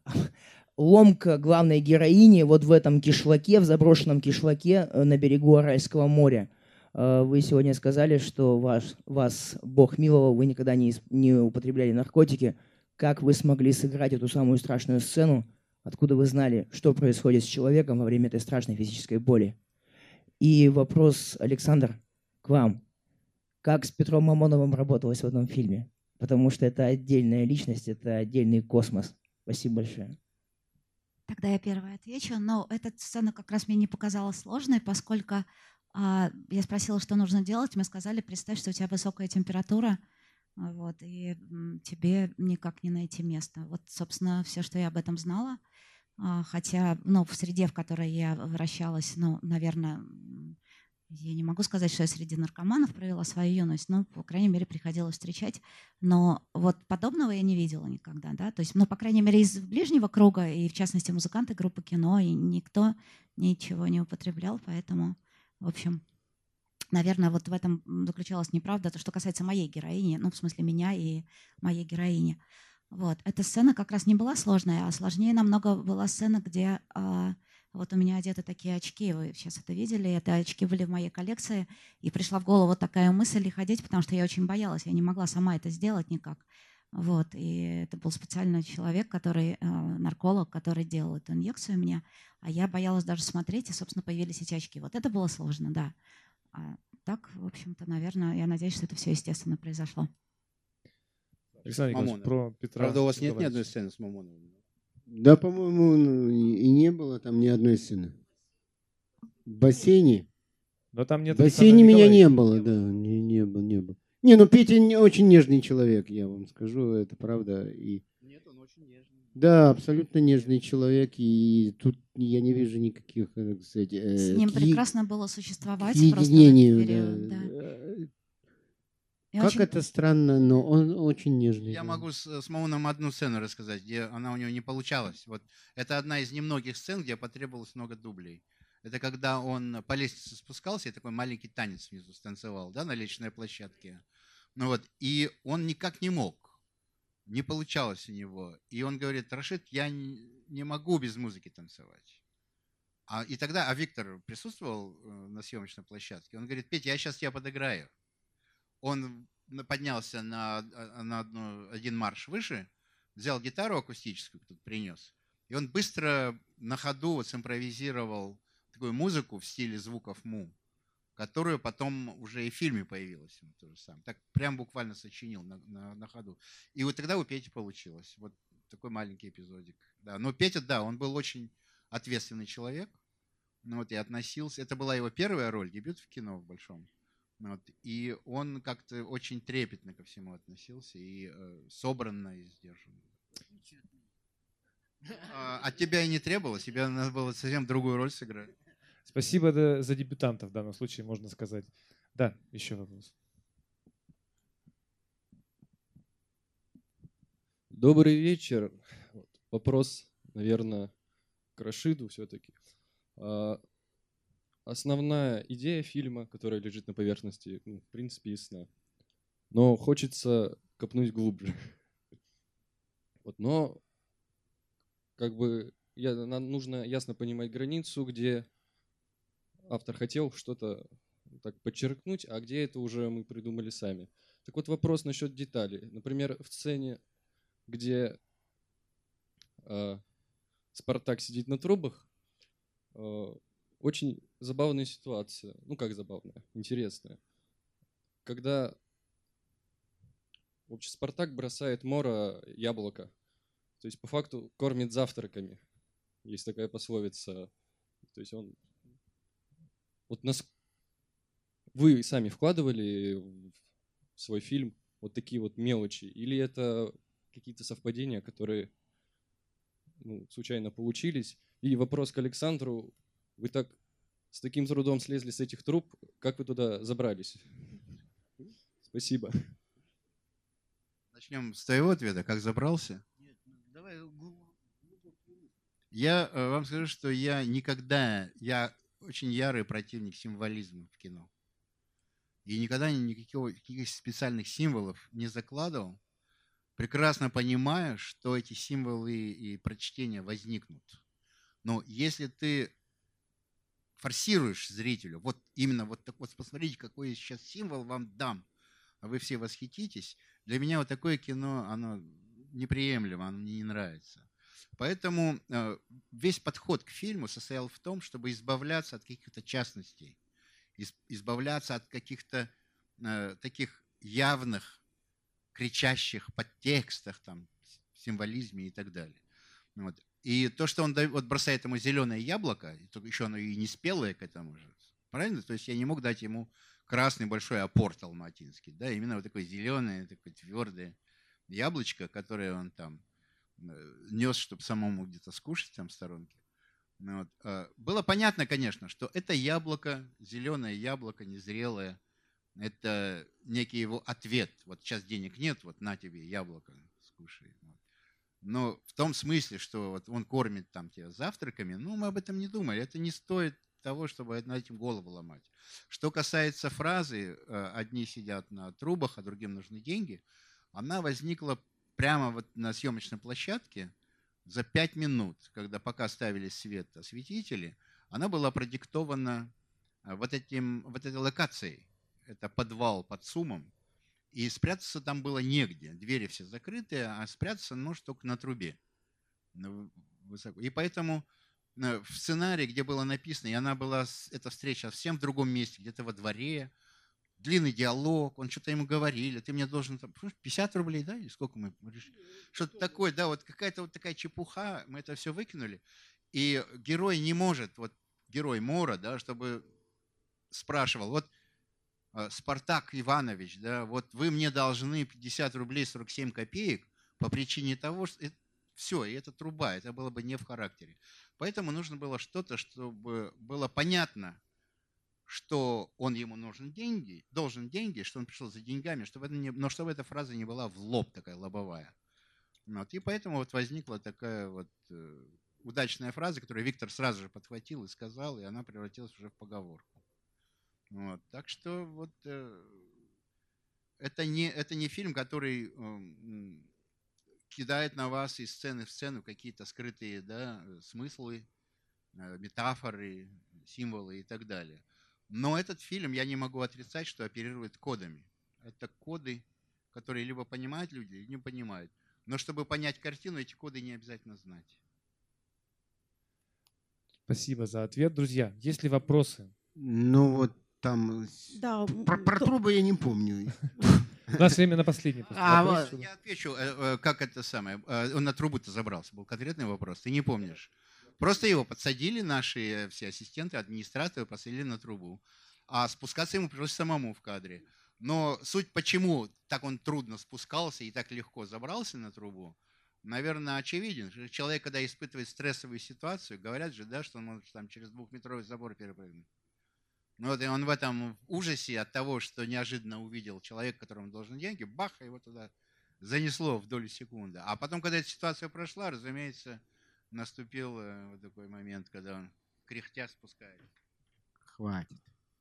ломка главной героини вот в этом кишлаке, в заброшенном кишлаке на берегу Аральского моря. Вы сегодня сказали, что ваш, вас Бог миловал, вы никогда не, не употребляли наркотики. Как вы смогли сыграть эту самую страшную сцену? Откуда вы знали, что происходит с человеком во время этой страшной физической боли? И вопрос, Александр, к вам. Как с Петром Мамоновым работалось в одном фильме? Потому что это отдельная личность, это отдельный космос. Спасибо большое. Тогда я первая отвечу. Но эта сцена как раз мне не показалась сложной, поскольку а, я спросила, что нужно делать. Мне сказали, представь, что у тебя высокая температура, вот, и м, тебе никак не найти места. Вот, собственно, все, что я об этом знала. А, хотя, ну, в среде, в которой я вращалась, ну, наверное, я не могу сказать, что я среди наркоманов провела свою юность, но, по крайней мере, приходилось встречать. Но вот подобного я не видела никогда, да. То есть, ну, по крайней мере, из ближнего круга, и в частности музыканты группы «Кино», и никто ничего не употреблял, поэтому, в общем, наверное, вот в этом заключалась неправда. То, что касается моей героини, ну, в смысле меня и моей героини. Вот. Эта сцена как раз не была сложная, а сложнее намного была сцена, где... Вот у меня одеты такие очки, вы сейчас это видели, это очки были в моей коллекции, и пришла в голову такая мысль ходить, потому что я очень боялась, я не могла сама это сделать никак. Вот, и это был специальный человек, который, нарколог, который делал эту инъекцию мне, а я боялась даже смотреть, и, собственно, появились эти очки. Вот это было сложно, да. А так, в общем-то, наверное, я надеюсь, что это все естественно произошло. Александр Николаевич, про Петра. Правда, у вас нет ни одной сцены с Мамоновым? Да, по-моему, и не было там ни одной сцены. В бассейне? Но там нет в бассейне меня не было, да, не, не было, не было. Не, ну Петя не, очень нежный человек, я вам скажу, это правда. И... Нет, он очень нежный. Да, абсолютно нежный человек, и тут я не вижу никаких, так сказать... Э, С ним к... прекрасно было существовать. К единению, период, да. да. И Как очень... это странно, но он очень нежный. Я могу с, с Мамоновым одну сцену рассказать, где она у него не получалась. Вот это одна из немногих сцен, где потребовалось много дублей. Это когда он по лестнице спускался и такой маленький танец внизу станцевал, да, на лестничной площадке. Ну вот, и он никак не мог, не получалось у него. И он говорит: Рашид, я не могу без музыки танцевать. А, и тогда, а Виктор присутствовал на съемочной площадке, он говорит: Петя, я сейчас тебя подыграю. Он поднялся на, на одну, один марш выше, взял гитару акустическую, кто-то принес, и он быстро на ходу вот симпровизировал такую музыку в стиле звуков му, которую потом уже и в фильме появилась. Он тоже сам. Так прям буквально сочинил на, на, на ходу. И вот тогда у Пети получилось. Вот такой маленький эпизодик. Да. Но Петя, да, он был очень ответственный человек. Ну, вот, и относился... Это была его первая роль, дебют в кино в большом. Вот, и он как-то очень трепетно ко всему относился, и э, собранно, и сдержанно. А, от тебя и не требовалось, тебе надо было совсем другую роль сыграть. Спасибо да, за дебютанта в данном случае, можно сказать. Да, еще вопрос. Добрый вечер. Вопрос, наверное, к Рашиду все-таки. Основная идея фильма, которая лежит на поверхности, ну, в принципе, ясна. Но хочется копнуть глубже. Вот, но как бы я, нам нужно ясно понимать границу, где автор хотел что-то так подчеркнуть, а где это уже мы придумали сами. Так вот вопрос насчет деталей. Например, в сцене, где э, Спартак сидит на трубах, э, очень забавная ситуация. Ну как забавная, интересная. Когда в общем, Спартак бросает Мора яблоко. То есть по факту кормит завтраками. Есть такая пословица. То есть он... Вот нас... Вы сами вкладывали в свой фильм вот такие вот мелочи? Или это какие-то совпадения, которые ну, случайно получились? И вопрос к Александру. Вы так с таким трудом слезли с этих труб. Как вы туда забрались? Спасибо. Начнем с твоего ответа. Как забрался? Я э, вам скажу, что я никогда, я очень ярый противник символизма в кино. И никогда никаких, никаких специальных символов не закладывал, прекрасно понимая, что эти символы и прочтения возникнут. Но если ты форсируешь зрителю, вот именно вот так вот, посмотрите, какой я сейчас символ вам дам, а вы все восхититесь, для меня вот такое кино, оно неприемлемо, оно мне не нравится. Поэтому э, весь подход к фильму состоял в том, чтобы избавляться от каких-то частностей, из, избавляться от каких-то э, таких явных, кричащих подтекстах, там, в символизме и так далее. Вот. И то, что он дает, вот бросает ему зеленое яблоко, и то еще оно и не спелое к этому же, правильно? То есть я не мог дать ему красный большой апорт алматинский, да, именно вот такое зеленое, такое твердое яблочко, которое он там нес, чтобы самому где-то скушать там в сторонке. Вот. Было понятно, конечно, что это яблоко, зеленое яблоко, незрелое, это некий его ответ. Вот сейчас денег нет, вот на тебе яблоко, скушай. Вот. Но в том смысле, что вот он кормит там тебя завтраками, ну, мы об этом не думали. Это не стоит того, чтобы над этим голову ломать. Что касается фразы «одни сидят на трубах, а другим нужны деньги», она возникла прямо вот на съемочной площадке за пять минут, когда пока ставили свет осветители, она была продиктована вот, этим, вот этой локацией. Это подвал под СУМом. И спрятаться там было негде. Двери все закрытые, а спрятаться можно только на трубе. Высоко. И поэтому в сценарии, где было написано, и она была, эта встреча совсем в другом месте, где-то во дворе, длинный диалог, он что-то ему говорили, ты мне должен там, пятьдесят рублей, да, или сколько мы решили? Что-то такое, да, вот какая-то вот такая чепуха, мы это все выкинули. И герой не может, вот герой Мора, да, чтобы спрашивал, вот Спартак Иванович, да, вот вы мне должны пятьдесят рублей сорок семь копеек по причине того, что это, все, и это труба, это было бы не в характере. Поэтому нужно было что-то, чтобы было понятно, что он ему нужен деньги, должен деньги, что он пришел за деньгами, чтобы это не, но чтобы эта фраза не была в лоб такая лобовая. Вот, и поэтому вот возникла такая вот э, удачная фраза, которую Виктор сразу же подхватил и сказал, и она превратилась уже в поговорку. Вот, так что вот э, это, не, это не фильм, который э, кидает на вас из сцены в сцену какие-то скрытые, да, смыслы, э, метафоры, символы и так далее. Но этот фильм, я не могу отрицать, что оперирует кодами. Это коды, которые либо понимают люди, либо не понимают. Но чтобы понять картину, эти коды не обязательно знать. Спасибо за ответ. Друзья, есть ли вопросы? Ну вот там... Да. Про, про трубы я не помню. У нас время на последний а, вопрос. Я отвечу, как это самое. Он на трубу-то забрался. Был конкретный вопрос. Ты не помнишь? Просто его подсадили, наши все ассистенты, администраторы посадили на трубу. А спускаться ему пришлось самому в кадре. Но суть, почему так он трудно спускался и так легко забрался на трубу, наверное, очевиден. Человек, когда испытывает стрессовую ситуацию, говорят же, да, что он может там через двухметровый забор перепрыгнуть. Ну вот и он в этом ужасе от того, что неожиданно увидел человека, которому должен деньги, бах, его туда занесло в долю секунды. А потом, когда эта ситуация прошла, разумеется, наступил вот такой момент, когда он кряхтя спускается. Хватит.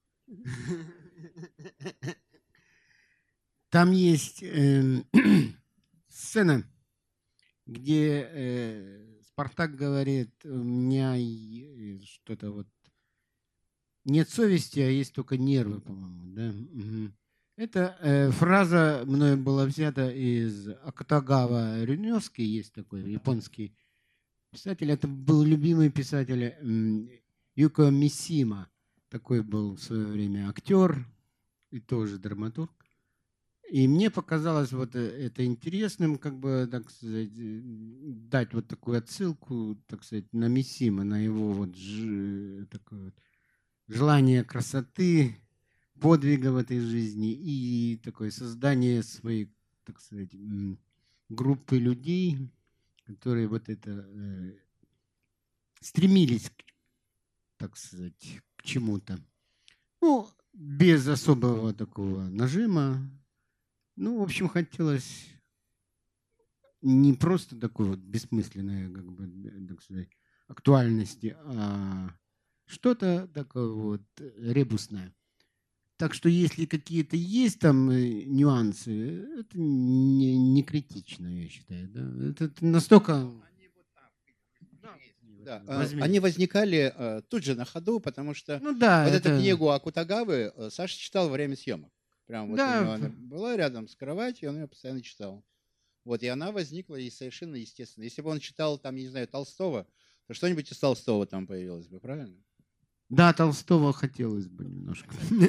Там есть э, сцена, где э, Спартак говорит, у меня что-то вот нет совести, а есть только нервы, по-моему, да. Угу. Эта э, фраза мною была взята из Акутагава Рюнёски, есть такой японский писатель. Это был любимый писатель э, Юко Мисима. Такой был в свое время актер и тоже драматург. И мне показалось вот это интересным, как бы, так сказать, дать вот такую отсылку, так сказать, на Мисима, на его вот ж, такое вот желание красоты, подвига в этой жизни и такое создание своей, так сказать, м, группы людей, которые вот это э, стремились, к- так сказать, к чему-то. Ну, без особого такого нажима. Ну, в общем, хотелось не просто такой вот бессмысленной, как бы, э, так сказать, актуальности, а что-то такое вот ребусное. Так что если какие-то есть там э, нюансы, это не, не критично, я считаю. Да? Это, это настолько... Да, э, Возьми. они возникали э, тут же на ходу, потому что Ну да, вот эту это... книгу Акутагавы э, Саша читал во время съемок. Прям вот Да, у него она была рядом с кроватью, он ее постоянно читал. Вот, и она возникла и совершенно естественно. Если бы он читал, там, я не знаю, Толстого, то что-нибудь из Толстого там появилось бы, правильно? Да, Толстого хотелось бы немножко.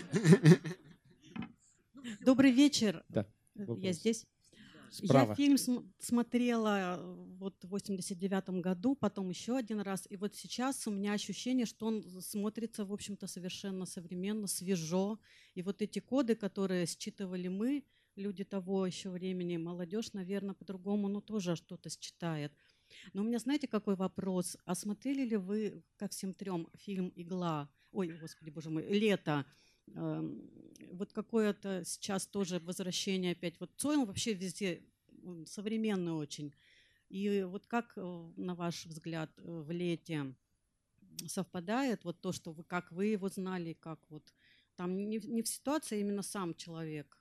Добрый вечер. Да, Я вопрос. здесь. Справа. Я фильм см- смотрела э, вот в восемьдесят девятом году, потом еще один раз. И вот сейчас у меня ощущение, что он смотрится, в общем-то, совершенно современно, свежо. И вот эти коды, которые считывали мы, люди того еще времени, молодежь, наверное, по-другому, ну, тоже что-то считает. Но у меня, знаете, какой вопрос? А смотрели ли вы, как всем трем, фильм «Игла»? Ой, господи, боже мой, «Лето». Эм, Вот какое-то сейчас тоже возвращение опять. Вот Цой, он вообще везде он современный очень. И вот как, э, на ваш взгляд, э, в «Лете» совпадает вот то, что вы, как вы его знали, как вот там не, в- не в ситуации, а именно сам человек?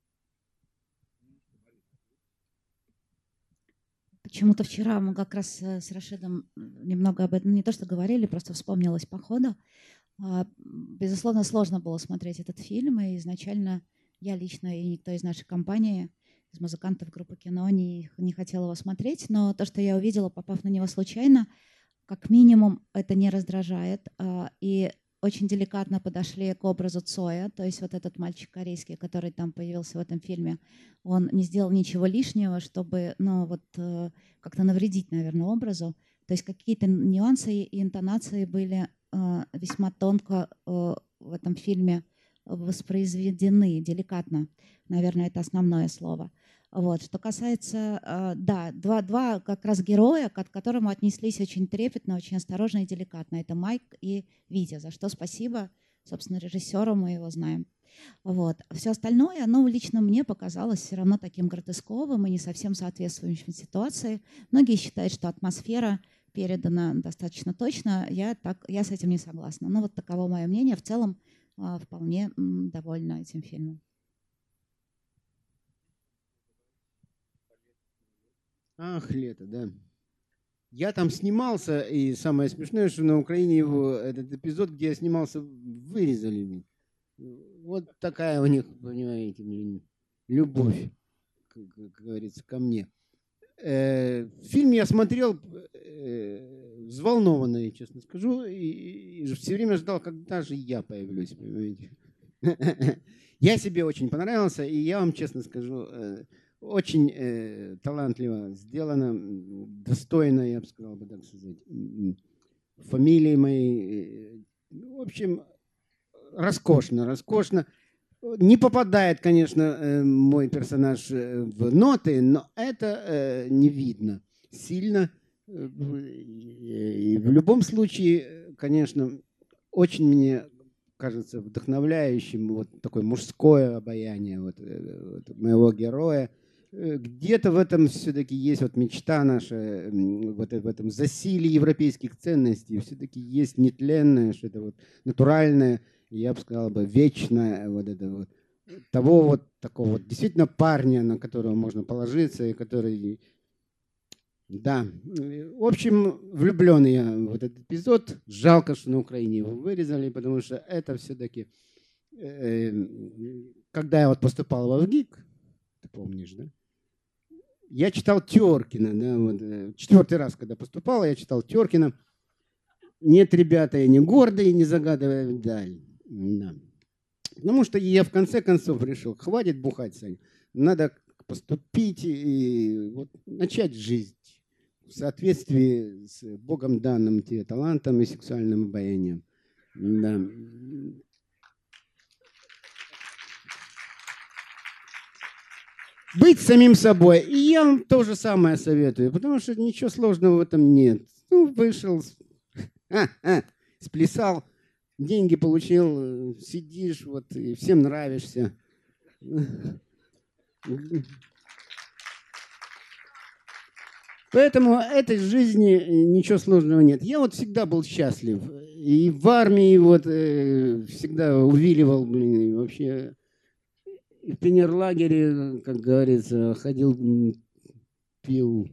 Почему-то вчера мы как раз э, с Рашидом немного об этом не то что говорили, просто вспомнилось по ходу. А, Безусловно, сложно было смотреть этот фильм, и изначально я лично и никто из нашей компании, из музыкантов группы «Кино» не, не хотел его смотреть, но то, что я увидела, попав на него случайно, как минимум это не раздражает. а, И очень деликатно подошли к образу Цоя, то есть вот этот мальчик корейский, который там появился в этом фильме, он не сделал ничего лишнего, чтобы, ну, вот э, как-то навредить, наверное, образу. То есть какие-то нюансы и интонации были э, весьма тонко э, в этом фильме воспроизведены, деликатно. Наверное, это основное слово. Вот. Что касается, э, да, два, два как раз героя, к которому отнеслись очень трепетно, очень осторожно и деликатно. Это Майк и Витя, за что спасибо, собственно, режиссеру, мы его знаем. Вот. Все остальное, ну, лично мне показалось все равно таким гротесковым и не совсем соответствующим ситуации. Многие считают, что атмосфера передана достаточно точно. Я, так, я с этим не согласна. Но вот таково мое мнение. В целом э, вполне м, довольна этим фильмом. Ах, «Лето», да. Я там снимался, и самое смешное, что на Украине его, этот эпизод, где я снимался, вырезали. Вот такая у них, понимаете, блин, любовь, как, как говорится, ко мне. Э, Фильм я смотрел э, взволнованный, честно скажу, и, и все время ждал, когда же я появлюсь, понимаете. Я себе очень понравился, и я вам честно скажу, э, очень э, талантливо сделано, м, достойно, я бы сказал бы, так сказать, м, фамилии моей. э, В общем, роскошно, роскошно. Не попадает, конечно, э, мой персонаж э, в ноты, но это э, не видно сильно. Э, И и в любом случае, э, конечно, очень мне кажется вдохновляющим вот такое мужское обаяние вот, э, вот моего героя. Э, Где-то в этом все-таки есть вот мечта наша, м, вот в этом засилии европейских ценностей. Все-таки есть нетленное, что-то вот натуральное, я бы сказал бы, вечное, вот это вот того вот такого вот действительно парня, на которого можно положиться, и который, да, в общем, влюблен я в этот эпизод. Жалко, что на Украине его вырезали, потому что это все-таки, э, когда я вот поступал в ВГИК, ты помнишь, да? Я читал Теркина, да, вот, э, четвертый раз, когда поступал, я читал Теркина. Нет, ребята, я не гордый, не загадывая вдаль. Да. Потому что я в конце концов решил, хватит бухать, Саня. Надо поступить и вот начать жизнь в соответствии с Богом данным тебе талантом и сексуальным обаянием. Да. быть самим собой. И я вам то же самое советую, потому что ничего сложного в этом нет. Ну, вышел, а, а, сплясал, деньги получил, сидишь, вот, и всем нравишься. Поэтому этой жизни ничего сложного нет. Я вот всегда был счастлив. И в армии вот э, всегда увиливал, блин, и вообще... И в пионерлагере, как говорится, ходил, пил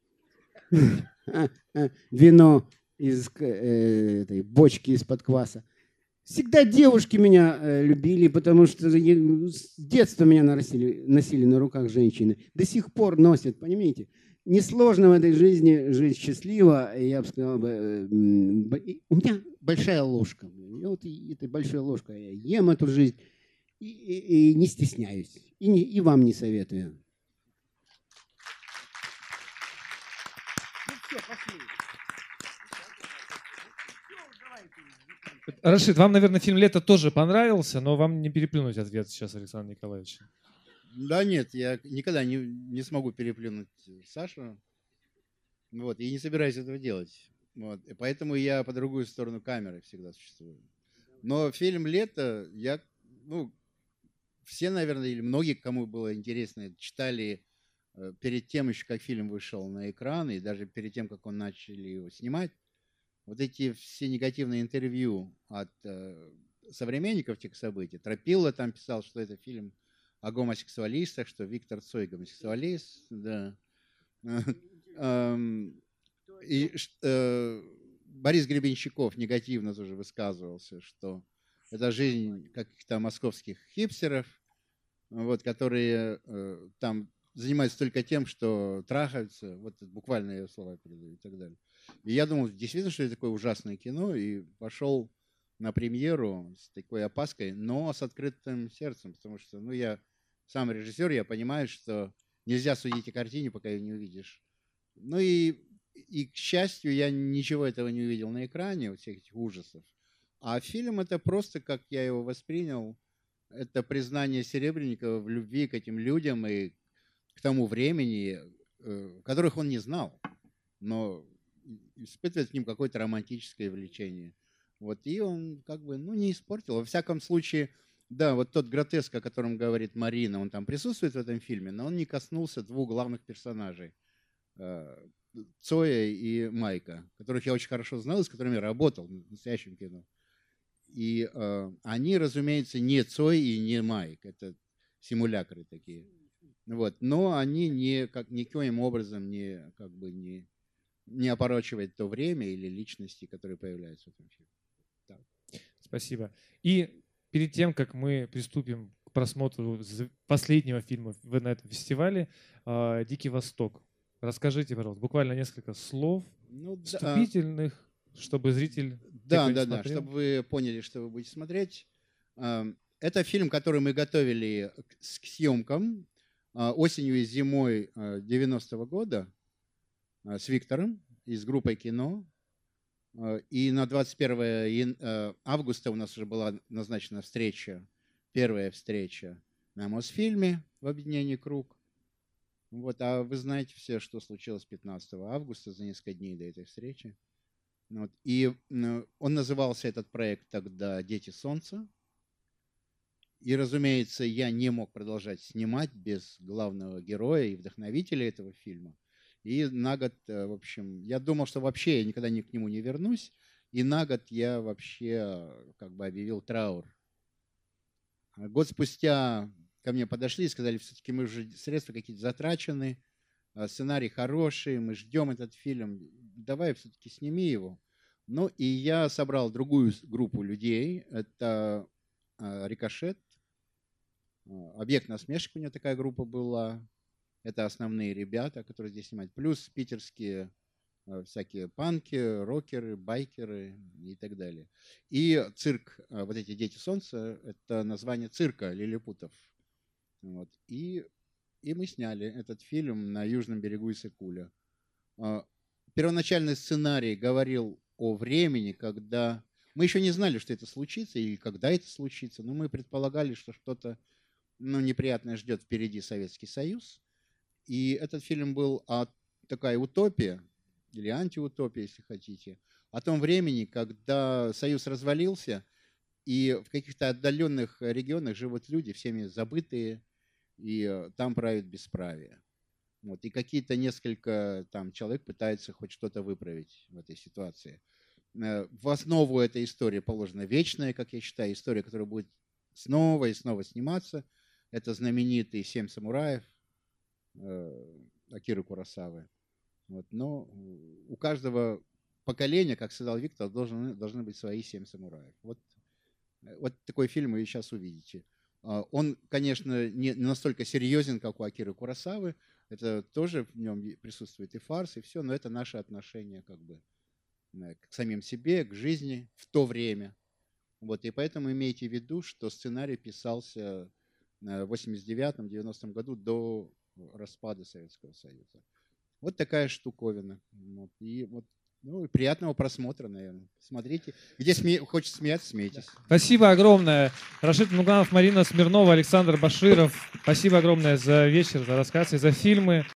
вино из э, этой бочки из-под кваса. Всегда девушки меня э, любили, потому что с детства меня носили, носили на руках женщины. До сих пор носят, понимаете? Несложно в этой жизни жить счастливо. Я бы сказал, бы, э, у меня большая ложка. И вот этой большой ложкой я ем эту жизнь. И, и, и не стесняюсь. И, не, и вам не советую. Рашид, вам, наверное, фильм «Лето» тоже понравился, но вам не переплюнуть ответ сейчас, Александр Николаевич. Да нет, я никогда не, не смогу переплюнуть Сашу. Вот, и не собираюсь этого делать. Вот, и поэтому я по другую сторону камеры всегда существую. Но фильм «Лето» я... Ну, все, наверное, или многие, кому было интересно, читали э, перед тем еще, как фильм вышел на экран, и даже перед тем, как он начали его снимать, вот эти все негативные интервью от э, современников тех событий. Тропилла там писал, что это фильм о гомосексуалистах, что Виктор Цой гомосексуалист, да. И Борис Гребенщиков негативно тоже высказывался, что это жизнь каких-то московских хипстеров, вот, которые э, там занимаются только тем, что трахаются, вот буквально я слова передаю и так далее. И я думал, действительно, что это такое ужасное кино, и пошел на премьеру с такой опаской, но с открытым сердцем, потому что, ну, я сам режиссер, я понимаю, что нельзя судить о картине, пока ее не увидишь. Ну и, и к счастью, я ничего этого не увидел на экране, вот всех этих ужасов. А фильм это просто, как я его воспринял, это признание Серебренникова в любви к этим людям и к тому времени, которых он не знал, но испытывает к ним какое-то романтическое влечение. Вот, и он как бы, ну, не испортил. Во всяком случае, да, вот тот гротеск, о котором говорит Марина, он там присутствует в этом фильме, но он не коснулся двух главных персонажей. Цоя и Майка, которых я очень хорошо знал и с которыми работал в настоящем кино. И э, они, разумеется, не Цой и не Майк. Это симулякры такие. Вот. Но они не, как, никоим образом не, как бы не, не опорочивают то время или личности, которые появляются в этом фильме. Так. Спасибо. И перед тем, как мы приступим к просмотру последнего фильма на этом фестивале, э, «Дикий Восток», расскажите, пожалуйста, буквально несколько слов, ну, вступительных, да, чтобы зритель... Да, да, да, чтобы вы поняли, что вы будете смотреть. Это фильм, который мы готовили к съемкам осенью и зимой девяностого года с Виктором и с группой кино. И на двадцать первое августа у нас уже была назначена встреча, первая встреча на Мосфильме в объединении «Круг». Вот, а вы знаете все, что случилось пятнадцатого августа, за несколько дней до этой встречи. Вот. И он назывался, этот проект, тогда «Дети солнца». И, разумеется, я не мог продолжать снимать без главного героя и вдохновителя этого фильма. И на год, в общем, я думал, что вообще я никогда ни к нему не вернусь. И на год я вообще как бы объявил траур. Год спустя ко мне подошли и сказали, все-таки мы уже средства какие-то затрачены, сценарий хороший, мы ждем этот фильм, давай все-таки сними его. Ну и я собрал другую группу людей, это «Рикошет», «Объект насмешек», у него такая группа была, это основные ребята, которые здесь снимают, плюс питерские всякие панки, рокеры, байкеры и так далее. И цирк, вот эти «Дети солнца», это название цирка лилипутов. Вот. И, и мы сняли этот фильм на южном берегу Иссык-Куля. Первоначальный сценарий говорил о времени, когда... Мы еще не знали, что это случится или когда это случится, но мы предполагали, что что-то ну, неприятное ждет впереди Советский Союз. И этот фильм был о такая утопия, или антиутопия, если хотите, о том времени, когда Союз развалился, и в каких-то отдаленных регионах живут люди, всеми забытые, и там правит бесправие. Вот, и какие-то несколько там человек пытаются хоть что-то выправить в этой ситуации. В основу этой истории положена вечная, как я считаю, история, которая будет снова и снова сниматься. Это знаменитый «Семь самураев» Акиры Куросавы. Вот, но у каждого поколения, как сказал Виктор, должны, должны быть свои «Семь самураев». Вот, вот такой фильм вы сейчас увидите. Он, конечно, не настолько серьезен, как у Акиры Куросавы. Это тоже в нем присутствует и фарс, и все, но это наше отношение как бы к самим себе, к жизни в то время. Вот, и поэтому имейте в виду, что сценарий писался в восемьдесят девятом — девяностом году до распада Советского Союза. Вот такая штуковина. Вот, и вот, ну, и приятного просмотра, наверное. Смотрите. Где сме... хочется смеяться, смейтесь. Спасибо огромное. Рашид Нуганов, Марина Смирнова, Александр Баширов. Спасибо огромное за вечер, за рассказ и за фильмы.